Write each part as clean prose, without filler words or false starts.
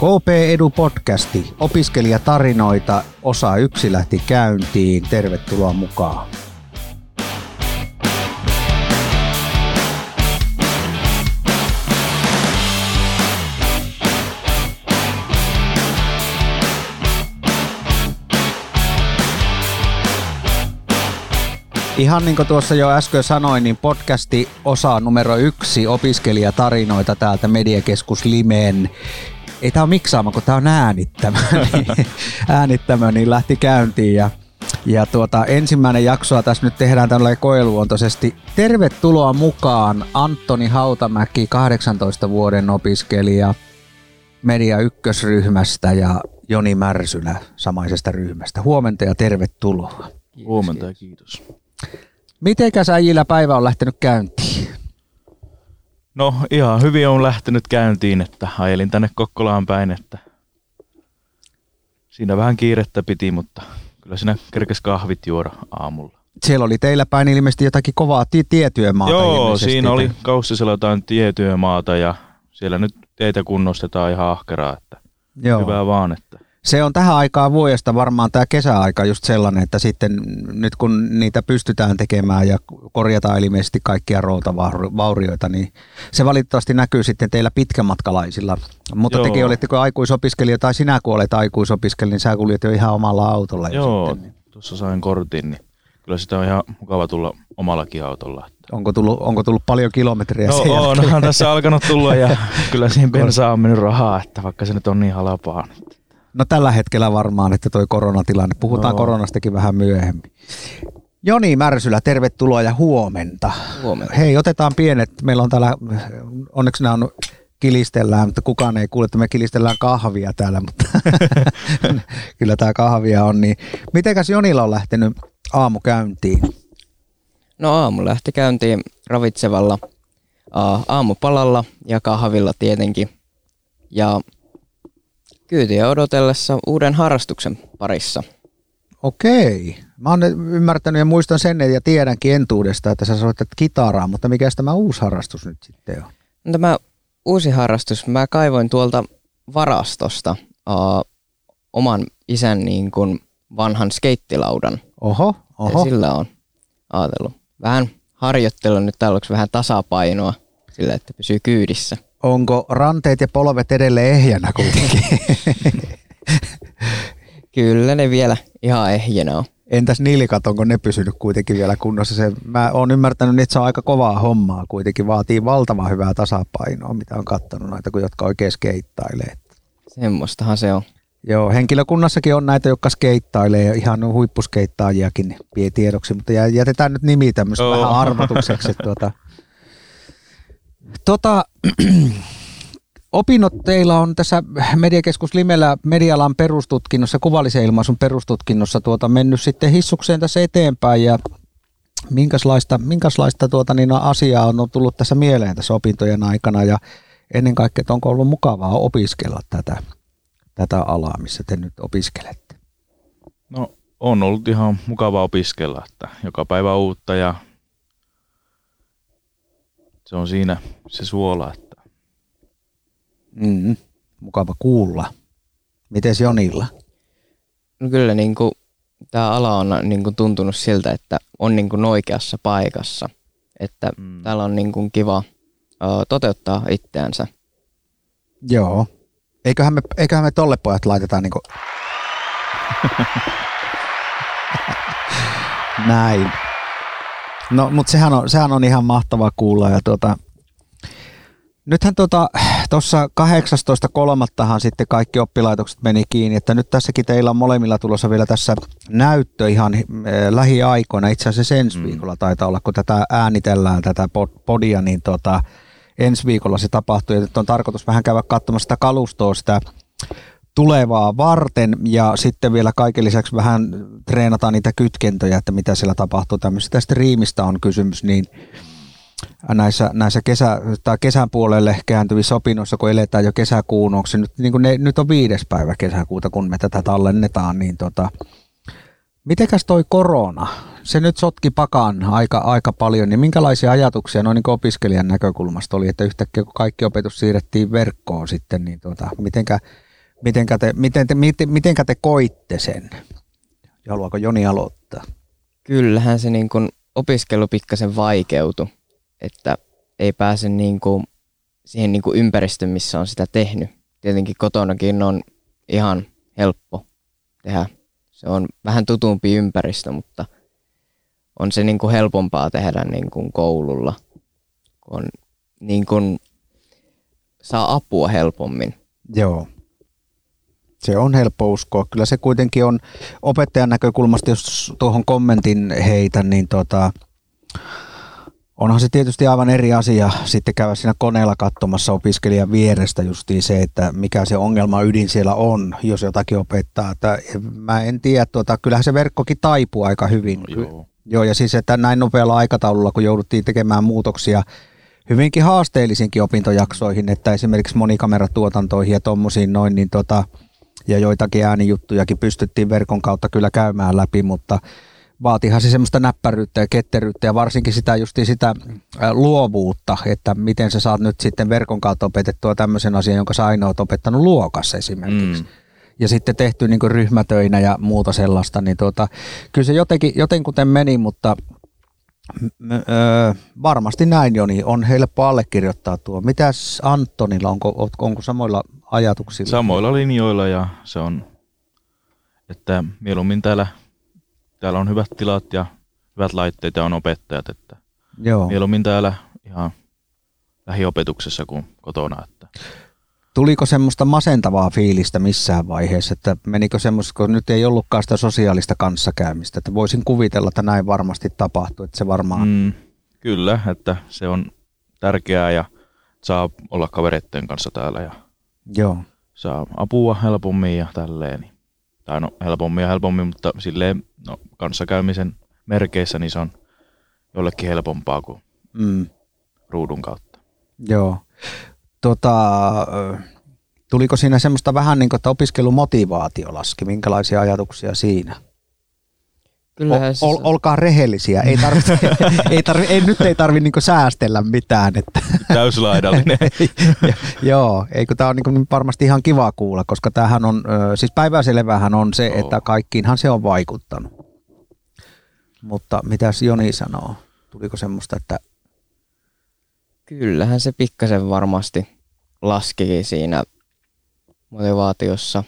KP Edu podcasti, opiskelijatarinoita, osa 1 lähti käyntiin. Tervetuloa mukaan. Ihan niin kuin tuossa jo äsken sanoin, niin podcasti osa numero 1, opiskelijatarinoita täältä Mediakeskus Limen. Ei tää ole miksaama, kun tää on äänittämä, niin lähti käyntiin. Ja ensimmäinen jaksoa tässä nyt tehdään tällainen koeluontoisesti. Tervetuloa mukaan Antoni Hautamäki, 18 vuoden opiskelija Media 1-ryhmästä ja Joni Märsylä samaisesta ryhmästä. Huomenta ja tervetuloa. Huomenta ja kiitos. Mitenkäs äijillä päivä on lähtenyt käyntiin? No ihan hyvin on lähtenyt käyntiin, että ajelin tänne Kokkolaan päin, että siinä vähän kiirettä piti, mutta kyllä siinä kerkesi kahvit juoda aamulla. Siellä oli teillä päin ilmeisesti jotakin kovaa tietyömaata. Joo, siinä oli Kaussisella jotain tietyömaata ja siellä nyt teitä kunnostetaan ihan ahkeraa, että joo. Hyvä vaan, että se on tähän aikaan vuodesta varmaan tämä kesäaika just sellainen, että sitten nyt kun niitä pystytään tekemään ja korjataan ilmeisesti kaikkia routavaurioita, niin se valitettavasti näkyy sitten teillä pitkämatkalaisilla. Mutta tekin olitteko aikuisopiskelija tai sinä kun olet aikuisopiskelija, niin sä kuljet jo ihan omalla autolla. Joo, sitten. Tuossa sain kortin, niin kyllä sitä on ihan mukava tulla omallakin autolla. Onko tullut paljon kilometriä sen jälkeen? Onhan tässä alkanut tulla ja kyllä siihen bensaan on mennyt rahaa, että vaikka se nyt on niin halpaa. No tällä hetkellä varmaan, että toi koronatilanne. Puhutaan koronastakin vähän myöhemmin. Joni Märsylä, tervetuloa ja huomenta. Huomenta. Hei, otetaan pienet. Meillä on täällä, onneksi nämä on kilistellään, mutta kukaan ei kuule, että me kilistellään kahvia täällä, mutta kyllä tämä kahvia on. Niin. Mitenkäs Jonilla on lähtenyt aamu käyntiin? No aamu lähti käyntiin ravitsevalla aamupalalla ja kahvilla tietenkin. Ja kyytiä odotellessa uuden harrastuksen parissa. Okei. Mä oon ymmärtänyt ja muistan sen ja tiedänkin entuudesta, että sä soitat kitaraa, mutta mikä tämä uusi harrastus nyt sitten on? No, tämä uusi harrastus, mä kaivoin tuolta varastosta oman isän niin kuin vanhan skeittilaudan. Oho. Ja sillä on ajatellut. Vähän harjoittelun nyt täällä vähän tasapainoa sillä, että pysyy kyydissä. Onko ranteet ja polvet edelleen ehjänä kuitenkin? Kyllä ne vielä ihan ehjänä on. Entäs nilkat, onko ne pysynyt kuitenkin vielä kunnossa? Mä oon ymmärtänyt, että se on aika kovaa hommaa kuitenkin. Vaatii valtavan hyvää tasapainoa, mitä on katsonut näitä, jotka oikein skeittailee. Semmoistahan se on. Joo, henkilökunnassakin on näitä, jotka skeittailee ja ihan huippuskeittaajiakin tiedoksi, mutta jätetään nyt nimi tämmöistä vähän arvotukseksi. Opinnot teillä on tässä Mediakeskus Limellä media-alan perustutkinnossa, kuvallisen ilmaisun perustutkinnossa mennyt sitten hissukseen tässä eteenpäin ja minkälaista asiaa on tullut tässä mieleen tässä opintojen aikana ja ennen kaikkea, että onko ollut mukavaa opiskella tätä alaa, missä te nyt opiskelette? No on ollut ihan mukavaa opiskella, että joka päivä uutta ja se on siinä se suola, että mukava kuulla. Mites Jonilla? No kyllä tämä ala on tuntunut siltä, että on oikeassa paikassa. Että täällä on kiva toteuttaa itseänsä. Joo. Eiköhän me tolle pojat laitetaan näin. No, mutta sehän on ihan mahtavaa kuulla ja nythän tuossa 18.3. sitten kaikki oppilaitokset meni kiinni, että nyt tässäkin teillä on molemmilla tulossa vielä tässä näyttö ihan lähiaikoina, itse asiassa ensi viikolla taitaa olla, kun tätä äänitellään tätä podia, niin ensi viikolla se tapahtuu ja nyt on tarkoitus vähän käydä katsomassa sitä kalustoa sitä tulevaa varten ja sitten vielä kaiken lisäksi vähän treenataan niitä kytkentöjä, että mitä siellä tapahtuu. Tämmöistä striimistä on kysymys, niin näissä kesän puolelle kääntyvissä opinnoissa, kun eletään jo kesäkuun, onko se nyt on 5. päivä kesäkuuta, kun me tätä tallennetaan, niin mitenkäs toi korona? Se nyt sotki pakan aika paljon, niin minkälaisia ajatuksia noin niin opiskelijan näkökulmasta oli, että yhtäkkiä kun kaikki opetus siirrettiin verkkoon sitten, niin Mitenkä te koitte sen? Haluaako Joni aloittaa? Kyllähän se niin kuin opiskelu pikkasen vaikeutui, että ei pääse niin kuin siihen niin kuin ympäristöön, missä on sitä tehnyt. Tietenkin kotonakin on ihan helppo tehdä. Se on vähän tutumpi ympäristö, mutta on se niin kuin helpompaa tehdä niin kuin koululla, kun on niin kuin saa apua helpommin. Joo. Se on helppo uskoa. Kyllä se kuitenkin on opettajan näkökulmasta, jos tuohon kommentin heitän, niin onhan se tietysti aivan eri asia sitten käydä siinä koneella katsomassa opiskelijan vierestä justiin se, että mikä se ongelma ydin siellä on, jos jotakin opettaa. Että mä en tiedä, kyllähän se verkkokin taipuu aika hyvin. Joo, ja siis että näin nopealla aikataululla, kun jouduttiin tekemään muutoksia hyvinkin haasteellisinkin opintojaksoihin, että esimerkiksi monikameratuotantoihin ja tommosiin noin, niin ja joitakin äänijuttujakin pystyttiin verkon kautta kyllä käymään läpi, mutta vaatihan se semmoista näppäryyttä ja ketteryyttä ja varsinkin sitä luovuutta, että miten sä saat nyt sitten verkon kautta opetettua tämmöisen asian, jonka sä aina oot opettanut luokassa esimerkiksi. Ja sitten tehty niin kuin ryhmätöinä ja muuta sellaista, niin kyllä se jotenkuten meni, mutta varmasti näin, Joni, on helppo allekirjoittaa tuo. Mitäs Antonilla, onko samoilla ajatuksilla? Samoilla linjoilla ja se on, että mieluummin täällä on hyvät tilat ja hyvät laitteet ja on opettajat, että joo. Mieluummin täällä ihan lähiopetuksessa kuin kotona. Että. Tuliko semmoista masentavaa fiilistä missään vaiheessa, että menikö semmoista, kun nyt ei ollutkaan sitä sosiaalista kanssakäymistä, että voisin kuvitella, että näin varmasti tapahtuu, että se varmaan... Kyllä, että se on tärkeää ja saa olla kavereiden kanssa täällä ja joo. Saa apua helpommin ja tälleen. Tai no helpommin, mutta silleen kanssakäymisen merkeissä niin se on jollekin helpompaa kuin ruudun kautta. Joo. Tuliko siinä semmoista vähän niin kuin, että opiskelumotivaatio laski? Minkälaisia ajatuksia siinä? Olkaa rehellisiä. Nyt ei tarvitse niin kuin säästellä mitään. Että. Täyslaidallinen. Joo, eikö tämä on niin varmasti ihan kiva kuulla, koska tämähän on, siis päivänselvähän on se, että kaikkiinhan se on vaikuttanut. Mutta mitäs Joni sanoo? Tuliko semmoista, että... Kyllähän se pikkasen varmasti laskikin siinä motivaatiossa.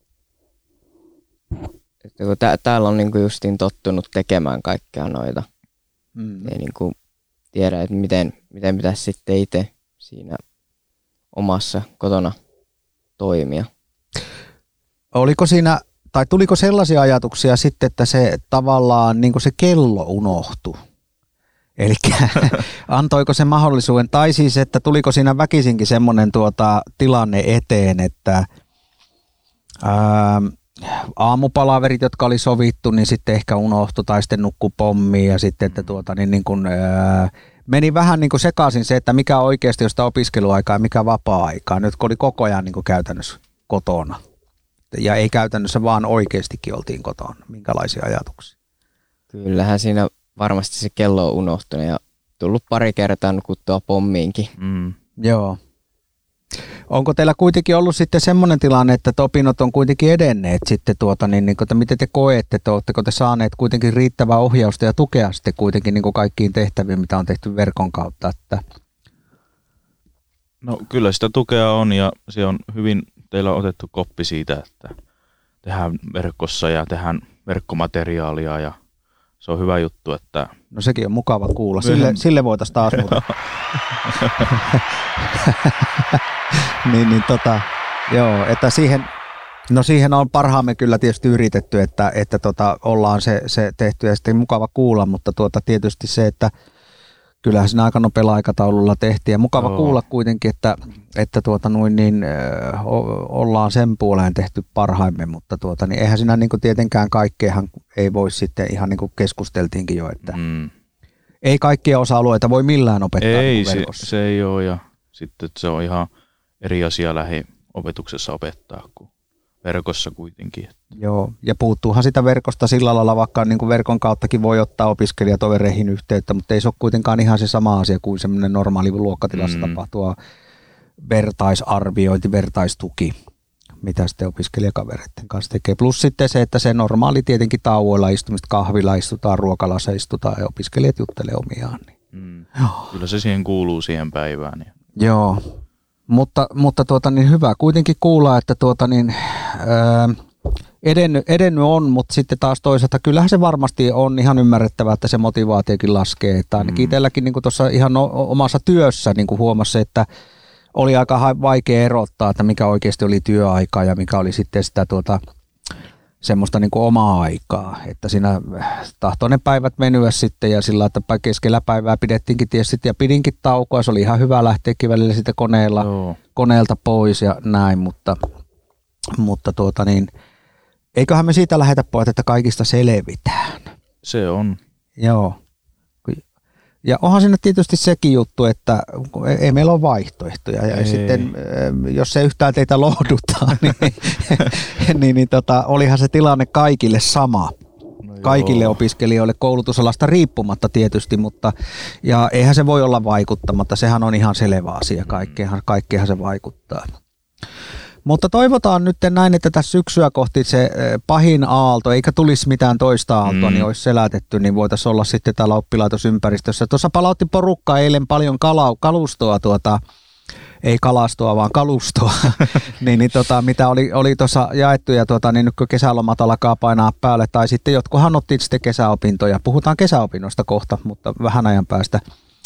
Että kun täällä on niinku justiin tottunut tekemään kaikkea noita. Ei niinku tiedä, että miten pitäisi sitten itse siinä omassa kotona toimia. Oliko siinä, tai tuliko sellaisia ajatuksia sitten, että se tavallaan niinku se kello unohtui? Eli antoiko se mahdollisuuden, tai siis, että tuliko siinä väkisinkin semmoinen tilanne eteen, että aamupalaverit, jotka oli sovittu, niin sitten ehkä unohtui tai sitten nukkui pommiin ja sitten, että meni vähän niin kuin sekaisin se, että mikä on oikeasti sitä opiskeluaikaa ja mikä vapaa-aikaa, nyt kun oli koko ajan niin kuin käytännössä kotona. Ja ei käytännössä, vaan oikeastikin oltiin kotona. Minkälaisia ajatuksia? Kyllähän siinä varmasti se kello on unohtunut ja tullut pari kertaa nukuttua pommiinkin. Joo. Onko teillä kuitenkin ollut sitten semmoinen tilanne, että opinnot on kuitenkin edenneet sitten että miten te koette, että oletteko te saaneet kuitenkin riittävää ohjausta ja tukea sitten kuitenkin niin kuin kaikkiin tehtäviin, mitä on tehty verkon kautta? Että... No kyllä sitä tukea on ja se on hyvin, teillä on otettu koppi siitä, että tehdään verkossa ja tehdään verkkomateriaalia ja se on hyvä juttu, että... No sekin on mukava kuulla. Sille voitaisiin taas muuta. Joo, että siihen on parhaamme kyllä tietysti yritetty, että ollaan se tehty ja sitten mukava kuulla, mutta tietysti se, että kyllähän siinä aika nopealla aikataululla tehtiin ja mukava kuulla kuitenkin, että ollaan sen puoleen tehty parhaimme, mutta eihän siinä niin kuin tietenkään kaikkeahan ei voi sitten ihan niin kuin keskusteltiinkin jo, että ei kaikkia osa-alueita voi millään opettaa. Ei, se ei ole ja sitten se on ihan eri asia lähiopetuksessa opettaa kuin verkossa kuitenkin. Joo, ja puuttuuhan sitä verkosta sillä lailla, vaikka niin kuin verkon kauttakin voi ottaa opiskelijatovereihin yhteyttä, mutta ei se ole kuitenkaan ihan se sama asia kuin semmoinen normaali luokkatilassa tapahtuva vertaisarviointi, vertaistuki. mitä sitten opiskelijakavereiden kanssa tekee. Plus sitten se, että se normaali tietenkin tauoilla istumista, kahvilla istutaan, ruokalassa istutaan ja opiskelijat juttelee omiaan. Niin. Kyllä se siihen kuuluu siihen päivään. Niin. Joo, mutta niin hyvä kuitenkin kuulla, että edennyt on, mutta sitten taas toisaalta kyllähän se varmasti on ihan ymmärrettävää, että se motivaatiokin laskee. Että ainakin itselläkin niin tuossa ihan omassa työssä niin huomasi, että oli aika vaikea erottaa, että mikä oikeasti oli työaikaa ja mikä oli sitten sitä semmoista niin kuin omaa aikaa. Että siinä tahtoi ne päivät venyä sitten ja sillä että keskellä päivää pidettiinkin tietysti ja pidinkin taukoa. Se oli ihan hyvä lähteäkin välillä sitten koneelta pois ja näin, mutta eiköhän me siitä lähetä pois, että kaikista selvitään. Se on. Joo. Ja onhan siinä tietysti sekin juttu, että ei meillä ole vaihtoehtoja. Ja sitten, jos se yhtään teitä lohduttaa, niin olihan se tilanne kaikille sama. No kaikille opiskelijoille koulutusalasta riippumatta tietysti, mutta ja eihän se voi olla vaikuttamatta. Sehän on ihan selvä asia. Kaikkeenhan se vaikuttaa. Mutta toivotaan nyt näin, että tässä syksyä kohti se pahin aalto, eikä tulisi mitään toista aaltoa, niin olisi selätetty, niin voitaisiin olla sitten täällä oppilaitosympäristössä. Tuossa palautti porukkaa eilen paljon kalustoa, ei kalastoa, vaan kalustoa, mitä oli tuossa jaettu, ja niin nyt kun kesälomat alkaa painaa päälle, tai sitten jotkuhan otti sitten kesäopintoja. Puhutaan kesäopinnoista kohta, mutta vähän ajan päästä.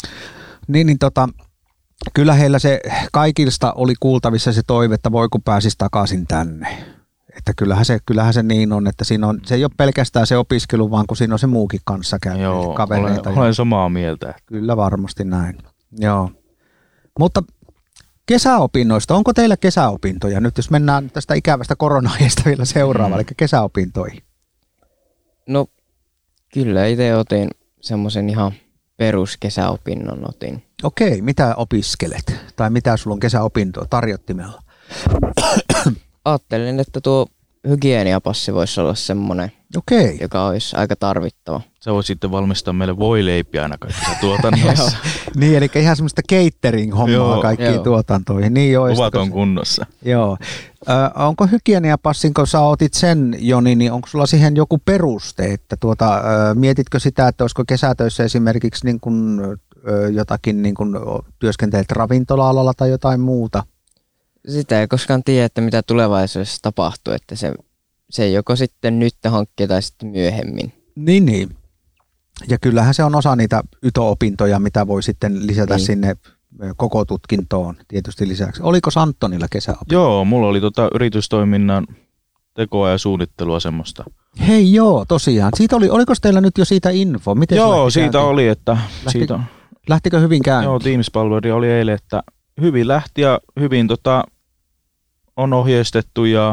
Kyllä heillä se kaikista oli kuultavissa se toive, että voi kun pääsisi takaisin tänne. Että kyllähän se niin on, että siinä on, se ei ole pelkästään se opiskelu, vaan kun siinä on se muukin kanssakäynti. Joo, olen samaa mieltä. Kyllä varmasti näin. Joo. Mutta kesäopinnoista, onko teillä kesäopintoja? Nyt jos mennään tästä ikävästä korona-ajasta vielä seuraavalle, eli kesäopintoihin. No kyllä itse otin semmoisen ihan peruskesäopinnon otin. Okei, mitä opiskelet? Tai mitä sulla on kesäopintoa tarjottimella? Ajattelin, että tuo hygieniapassi voisi olla semmoinen, joka olisi aika tarvittava. Sä voit sitten valmistaa meille voileipiä aina kaikissa tuotannoissa. Niin, eli ihan semmoista catering-hommaa kaikkiin tuotantoihin. Niin, ovat on kunnossa. Joo. Onko hygieniapassin, kun sä otit sen, Joni, niin onko sulla siihen joku peruste? Että mietitkö sitä, että olisiko kesätöissä esimerkiksi niin kuin, jotakin niin kuin työskentelet ravintola-alalla tai jotain muuta? Sitä ei koskaan tiedä, että mitä tulevaisuudessa tapahtuu, että se joko sitten nyt hankkii tai sitten myöhemmin. Niin. Ja kyllähän se on osa niitä YTO-opintoja, mitä voi sitten lisätä sinne koko tutkintoon tietysti lisäksi. Oliko Antonilla kesäopinto? Joo, mulla oli yritystoiminnan tekoa ja suunnittelua semmoista. Hei joo, tosiaan. Oliko teillä nyt jo siitä info? Miten joo, siitä oli, että lähtikö hyvin käyntiin? Joo, Teams-palvelu oli eilen, että hyvin lähti ja hyvin on ohjeistettu ja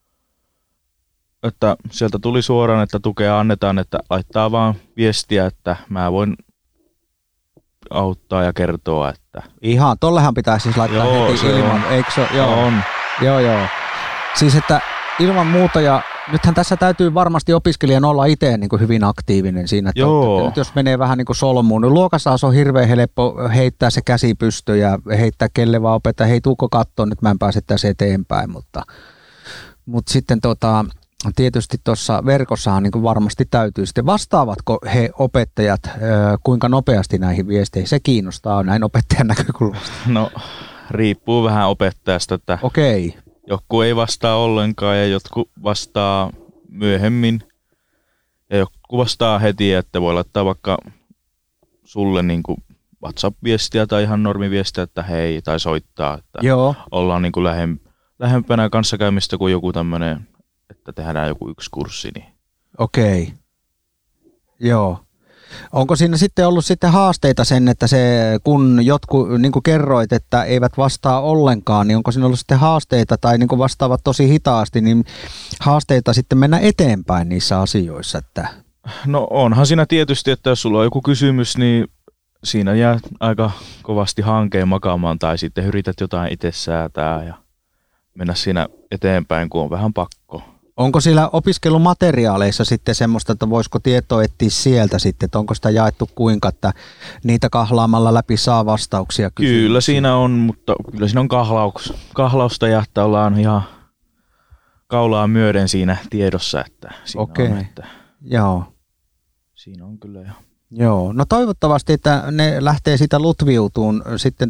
että sieltä tuli suoraan, että tukea annetaan, että laittaa vaan viestiä, että mä voin auttaa ja kertoa, että ihan, tollehan pitää siis laittaa heti ilman, eikö se? Joo. On. Joo. Siis että ilman muuta ja nythän tässä täytyy varmasti opiskelijan olla itse niin kuin hyvin aktiivinen siinä, että nyt jos menee vähän niin kuin solmuun, niin luokassa on hirveän helppo heittää se käsi pystyyn ja heittää kelle vaan opettaa, hei tuukko katsoa, nyt mä en pääse tässä eteenpäin, mutta sitten tietysti tuossa verkossahan niin kuin varmasti täytyy sitten, vastaavatko he opettajat kuinka nopeasti näihin viesteihin, se kiinnostaa näin opettajan näkökulmasta. No riippuu vähän opettajasta, että joku ei vastaa ollenkaan ja jotkut vastaa myöhemmin ja joku vastaa heti, että voi laittaa vaikka sulle niin kuin WhatsApp-viestiä tai ihan normiviestiä, että hei, tai soittaa, että ollaan niin kuin lähempänä kanssakäymistä kuin joku tämmöinen, että tehdään joku yksi kurssi. Niin. Okei. Joo. Onko siinä sitten ollut sitten haasteita sen, että kun jotkut, niin kuin kerroit, että eivät vastaa ollenkaan, niin onko siinä ollut sitten haasteita tai niin kuin vastaavat tosi hitaasti, niin haasteita sitten mennä eteenpäin niissä asioissa? Että No onhan siinä tietysti, että jos sulla on joku kysymys, niin siinä jää aika kovasti hankeen makaamaan tai sitten yrität jotain itse säätää ja mennä siinä eteenpäin, kun on vähän pakko. Onko siellä opiskelumateriaaleissa sitten semmoista, että voisiko tietoa etsiä sieltä sitten, että onko sitä jaettu kuinka, että niitä kahlaamalla läpi saa vastauksia kysymyksiin? Kyllä siinä on, mutta kyllä siinä on kahlausta ja että ollaan ihan kaulaa myöden siinä tiedossa, että siinä on, että joo. Siinä on kyllä. Joo, no toivottavasti, että ne lähtee sitä lutviutuun sitten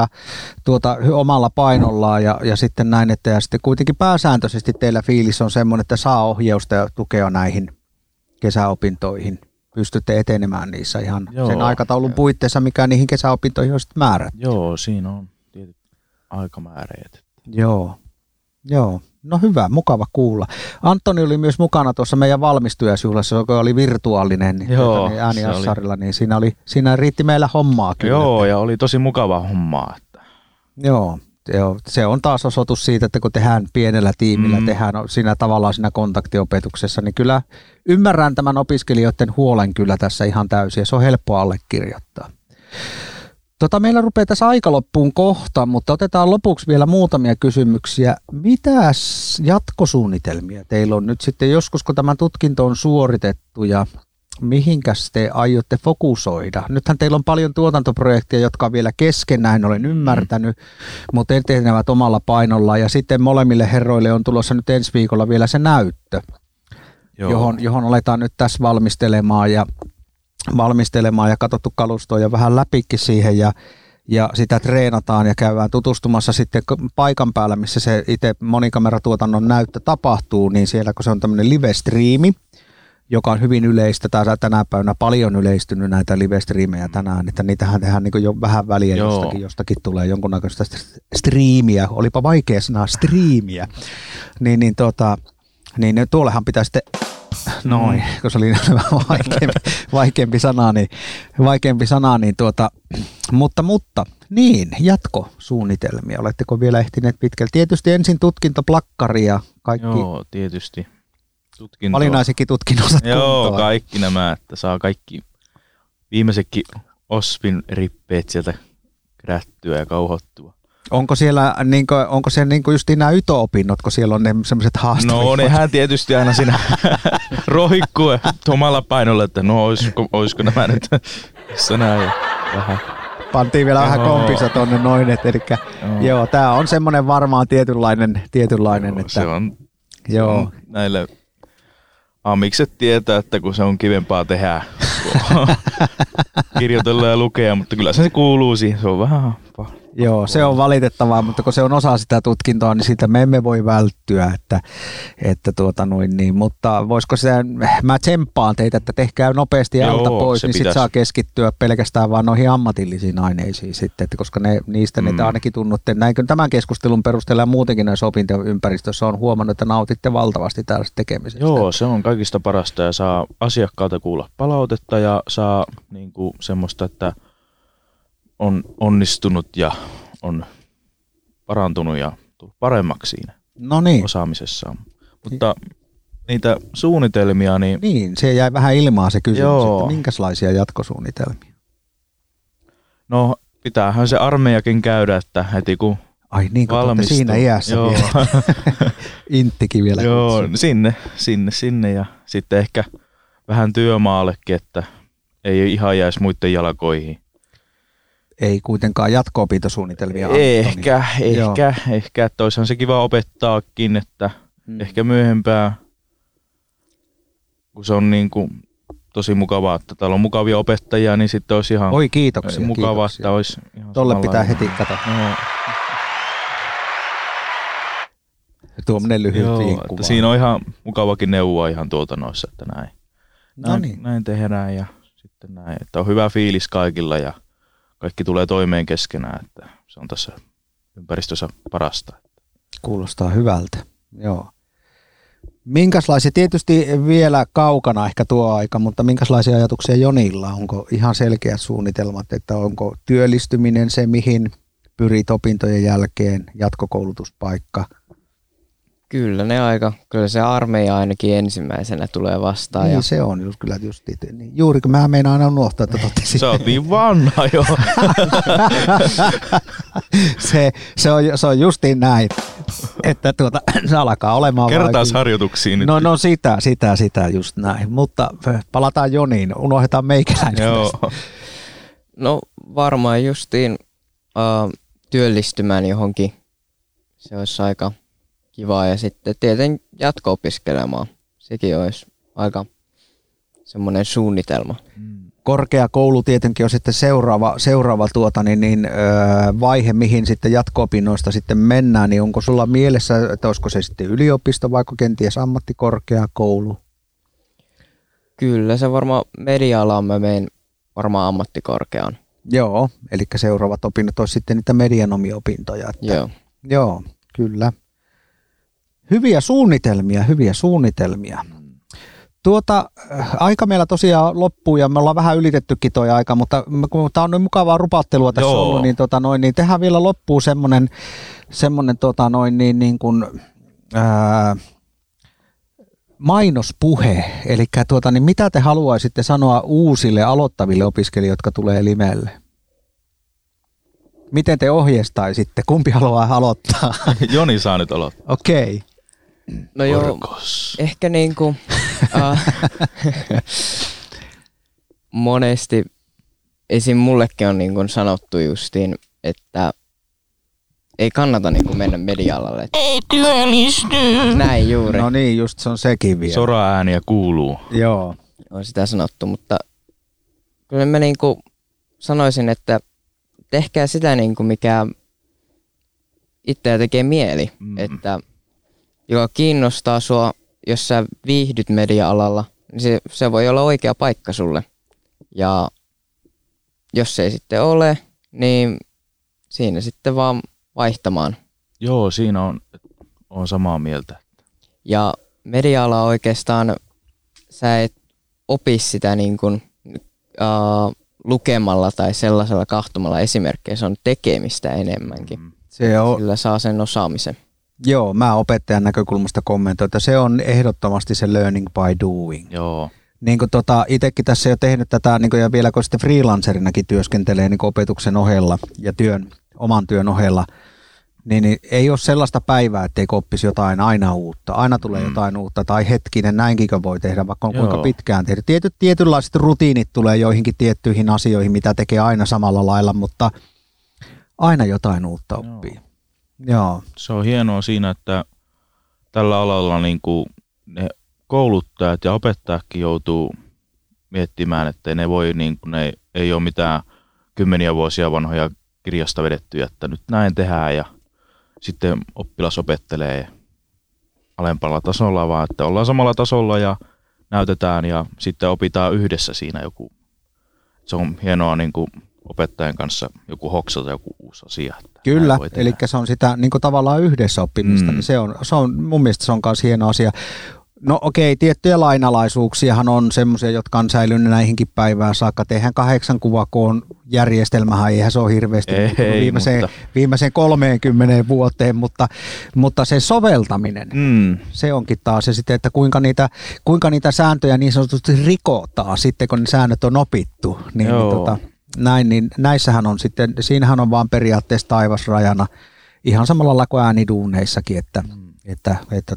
omalla painollaan ja sitten näin, että ja sitten kuitenkin pääsääntöisesti teillä fiilis on semmoinen, että saa ohjausta ja tukea näihin kesäopintoihin. Pystytte etenemään niissä ihan sen aikataulun puitteissa, mikä niihin kesäopintoihin on sitten määrätty. Joo, siinä on tietyt aikamääreet. Joo. No hyvä, mukava kuulla. Antoni oli myös mukana tuossa meidän valmistujaisjuhlassa, joka oli virtuaalinen ääniassarilla, niin siinä riitti meillä hommaa kyllä. Joo, ja oli tosi mukava hommaa. Että. Joo, se on taas osoitus siitä, että kun tehdään pienellä tiimillä, tehdään siinä tavallaan siinä kontaktiopetuksessa, niin kyllä ymmärrän tämän opiskelijoiden huolen kyllä tässä ihan täysin, ja se on helppo allekirjoittaa. Meillä rupeaa tässä aika loppuun kohta, mutta otetaan lopuksi vielä muutamia kysymyksiä. Mitäs jatkosuunnitelmia teillä on nyt sitten joskus, kun tämä tutkinto on suoritettu ja mihinkäs te aiotte fokusoida? Nythän teillä on paljon tuotantoprojekteja, jotka on vielä kesken, näin olen ymmärtänyt, mutta etenevät omalla painollaan ja sitten molemmille herroille on tulossa nyt ensi viikolla vielä se näyttö, johon aletaan nyt tässä valmistelemaan ja katsottu kalustoa ja vähän läpikin siihen ja sitä treenataan ja käydään tutustumassa sitten paikan päällä, missä se itse monikameratuotannon näyttö tapahtuu, niin siellä kun se on tämmöinen live-striimi, joka on hyvin yleistä, tänä päivänä paljon yleistynyt näitä live-striimejä tänään, että niitähän tehdään niin jo vähän väliä, jostakin tulee jonkunnäköistä striimiä, olipa vaikea sanaa striimiä, niin tuollehan pitää sitten noin, kun se oli vaikeampi sana, niin mutta niin, jatkosuunnitelmia. Oletteko vielä ehtineet pitkälle? Tietysti ensin tutkintoplakkari ja kaikki. Joo, tietysti. Valinaisetkin tutkinnosat Joo, kuntoon. kaikki nämä, että saa kaikki viimeisetkin OSPin rippeet sieltä kerättyä ja kauhottua. Onko siellä just nämä YTO-opinnot, kun siellä on ne sellaiset haastavimmat? No nehän tietysti aina siinä roikkuu omalla painolla, että no olisiko nämä nyt tässä näin vähän. Pantiin vielä vähän kompissa tonne noin, että joo, tää on semmoinen varmaan tietynlainen että se on näille amikset tietää, että kun se on kivempaa tehdä, kirjoitella ja lukea, mutta kyllä se kuuluu siihen, se on vähän. Joo, se on valitettavaa, mutta kun se on osa sitä tutkintoa, niin siitä me emme voi välttyä, mutta voisiko se, mä tsemppaan teitä, että tehkää nopeasti alta pois, niin sitten saa keskittyä pelkästään vaan noihin ammatillisiin aineisiin sitten, että koska niistä ne ainakin tunnutte, näinkö tämän keskustelun perusteella ja muutenkin näissä opintoympäristössä on huomannut, että nautitte valtavasti tällaista tekemisestä. Joo, se on kaikista parasta ja saa asiakkaalta kuulla palautetta ja saa niinku semmoista, että on onnistunut ja on parantunut ja tullut paremmaksi siinä osaamisessaan. Mutta niitä suunnitelmia, niin, se jäi vähän ilmaan se kysymys, että minkälaisia jatkosuunnitelmia? No, pitäähän se armeijakin käydä, että heti kun ai niin, kun valmistuu. Siinä iässä vielä. Inttikin vielä. Joo, sinne ja sitten ehkä vähän työmaallekin, että ei ihan jäisi muiden jalkoihin. Ei kuitenkaan jatko-opintosuunnitelmia. Ehkä, että olisihan se kiva opettaakin, että ehkä myöhempää, kun se on niin kuin tosi mukavaa, että täällä on mukavia opettajia, niin sitten olisi ihan mukavaa, että olisi ihan tolle pitää heti katsoa. Tuommoinen lyhyt vinkkuva. Siinä on ihan mukavakin neuvoa ihan tuotannoissa, että näin tehdään ja sitten näin, että on hyvä fiilis kaikilla ja kaikki tulee toimeen keskenään, että se on tässä ympäristössä parasta. Kuulostaa hyvältä, joo. Minkälaisia, tietysti vielä kaukana ehkä tuo aika, mutta minkälaisia ajatuksia Jonilla? Onko ihan selkeät suunnitelmat, että onko työllistyminen se, mihin pyrit opintojen jälkeen, jatkokoulutuspaikka? Kyllä se armeija ainakin ensimmäisenä tulee vastaan. Niin se on kyllä just niin. Juuri kun mä meinaan aina unohtaa, että totesin. Sä oot niin vanha jo. se on justiin näin, että se alkaa olemaan. Kertausharjoituksiin nyt. No sitä just näin, mutta palataan Joniin, unohdetaan meikäläinen. Joo. No varmaan justiin työllistymään johonkin, se olisi kivaa ja sitten tietenkin jatko-opiskelemaan. Sekin olisi aika semmoinen suunnitelma. Korkeakoulu tietenkin on sitten seuraava vaihe, mihin sitten jatko-opinnoista sitten mennään, niin onko sulla mielessä, että olisiko se sitten yliopisto vai kenties ammattikorkeakoulu? Kyllä se varmaan media-alaan mä menen varmaan ammattikorkeaan. Joo, eli seuraavat opinnot olisi sitten niitä medianomiopintoja. Joo, kyllä. Hyviä suunnitelmia. Aika meillä tosiaan loppuu ja me ollaan vähän ylitettykin toi aika, mutta kun tää on noin mukavaa rupattelua tässä ollut, niin tehdään vielä loppuun semmonen mainospuhe. Eli niin mitä te haluaisitte sanoa uusille aloittaville opiskelijoille, jotka tulee Limelle? Miten te ohjeistaisitte? Kumpi haluaa aloittaa? Joni saa nyt aloittaa. Okei. No joo, ehkä niinku monesti esim. Mullekin on niinku sanottu justiin, että ei kannata niinku mennä media-alalle. Ei työllisty. Näin juuri. No niin, just se on sekin vielä. Sora-ääniä kuuluu. Joo. On sitä sanottu, mutta kyllä mä niinku sanoisin, että tehkää sitä niinku mikä itseä tekee mieli, että joka kiinnostaa sua, jos sä viihdyt media-alalla, niin se voi olla oikea paikka sulle. Ja jos se ei sitten ole, niin siinä sitten vaan vaihtamaan. Joo, siinä on samaa mieltä. Ja media-ala oikeastaan, sä et opi sitä niin kuin, lukemalla tai sellaisella kahtomalla esimerkkejä, se on tekemistä enemmänkin. Sillä saa sen osaamisen. Joo, mä opettajan näkökulmasta kommentoin, että se on ehdottomasti se learning by doing. Joo. Niin kuin itsekin tässä jo tehnyt tätä, niin kuin, ja vielä kun sitten freelancerinakin työskentelee niin kuin opetuksen ohella ja oman työn ohella, niin ei ole sellaista päivää, ettei oppisi jotain aina uutta. Aina tulee jotain uutta, tai hetkinen, näinkin voi tehdä, vaikka on kuinka pitkään tehdä. Tietynlaiset rutiinit tulee joihinkin tiettyihin asioihin, mitä tekee aina samalla lailla, mutta aina jotain uutta oppii. Joo. Se on hienoa siinä, että tällä alalla niin kuin ne kouluttajat ja opettajatkin joutuu miettimään, että ne voi, niin kuin, ne ei ole mitään kymmeniä vuosia vanhoja kirjasta vedettyjä, että nyt näin tehdään ja sitten oppilas opettelee alempalla tasolla, vaan että ollaan samalla tasolla ja näytetään ja sitten opitaan yhdessä siinä joku. Se on hienoa niin kuin opettajan kanssa joku hoksata joku uusi asia. Kyllä, eli se on sitä niin kuin tavallaan yhdessä oppimista, niin se on mun mielestä se on myös hieno asia. No okei, tiettyjä lainalaisuuksiahan on semmoisia, jotka on säilynyt näihinkin päivään saakka. Eihän 8 kuvakoon järjestelmähän, eihän se ole hirveästi viimeiseen 30 vuoteen, mutta se soveltaminen, se onkin taas se sitten, että kuinka niitä sääntöjä niin sanotusti rikotaan sitten, kun ne säännöt on opittu. Niin näissähän on sitten, siinähän on vaan periaatteessa taivasrajana ihan samalla lailla kuin ääniduuneissakin, että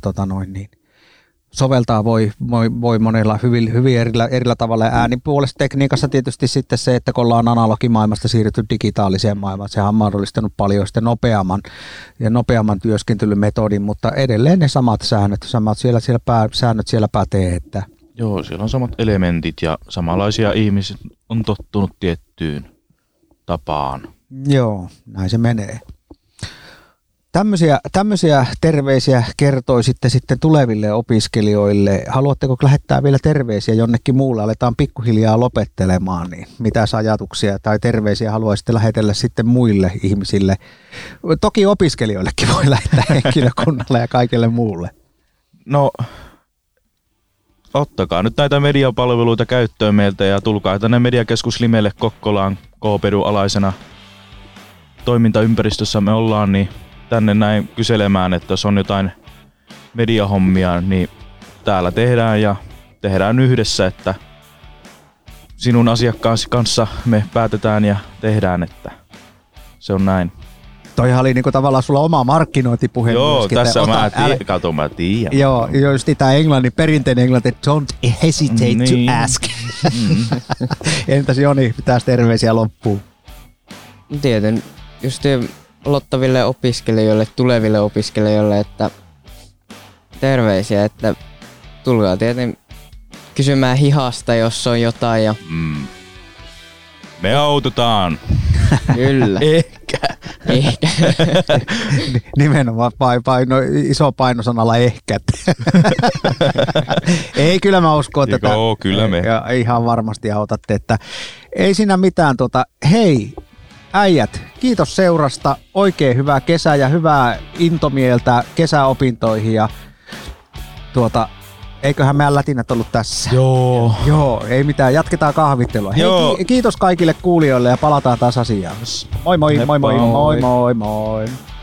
soveltaa voi monella hyvin erillä tavalla. Äänipuolesta tekniikassa tietysti sitten se, että kun ollaan analogimaailmasta siirrytty digitaaliseen maailmaan, sehän on mahdollistanut paljon sitten nopeamman työskentelymetodin, mutta edelleen ne samat säännöt siellä pätee. Että joo, siellä on samat elementit ja samanlaisia ihmiset on tottunut tiettyyn tapaan. Joo, näin se menee. Tämmöisiä terveisiä kertoisitte sitten tuleville opiskelijoille. Haluatteko lähettää vielä terveisiä jonnekin muulle? Aletaan pikkuhiljaa lopettelemaan, niin mitä ajatuksia tai terveisiä haluaisitte lähetellä sitten muille ihmisille? Toki opiskelijoillekin voi lähettää henkilökunnalle ja kaikille muulle. No, ottakaa nyt näitä mediapalveluita käyttöön meiltä ja tulkaa tänne Mediakeskus Limelle Kokkolaan KPEDun alaisena toimintaympäristössä me ollaan, niin tänne näin kyselemään, että jos on jotain mediahommia, niin täällä tehdään ja tehdään yhdessä, että sinun asiakkaasi kanssa me päätetään ja tehdään, että se on näin. Toihan oli niinku tavallaan sulla oma markkinointipuhe. Joo, myöskin, tässä mä tiedän. Joo, just tämä perinteinen englanti, don't hesitate to ask. Entäs Joni, pitäis terveisiä loppuun? Tieten, just aloittaville opiskelijoille, tuleville opiskelijoille, että terveisiä, että tulkaa tietenkin kysymään hihasta, jos on jotain. Ja... Me autetaan. Kyllä. Ehkä. Nimenomaan iso painosanalla ehkä. Ei, kyllä mä uskon, että Joo, kyllä me. Ja ihan varmasti autatte, että ei siinä mitään. Hei, äijät, kiitos seurasta. Oikein hyvää kesää ja hyvää intomieltä kesäopintoihin ja eiköhän meidän lätinät ollut tässä. Joo, ei mitään. Jatketaan kahvittelua. Hei, kiitos kaikille kuulijoille ja palataan taas asiaan. Moi moi, moi moi, moi moi moi.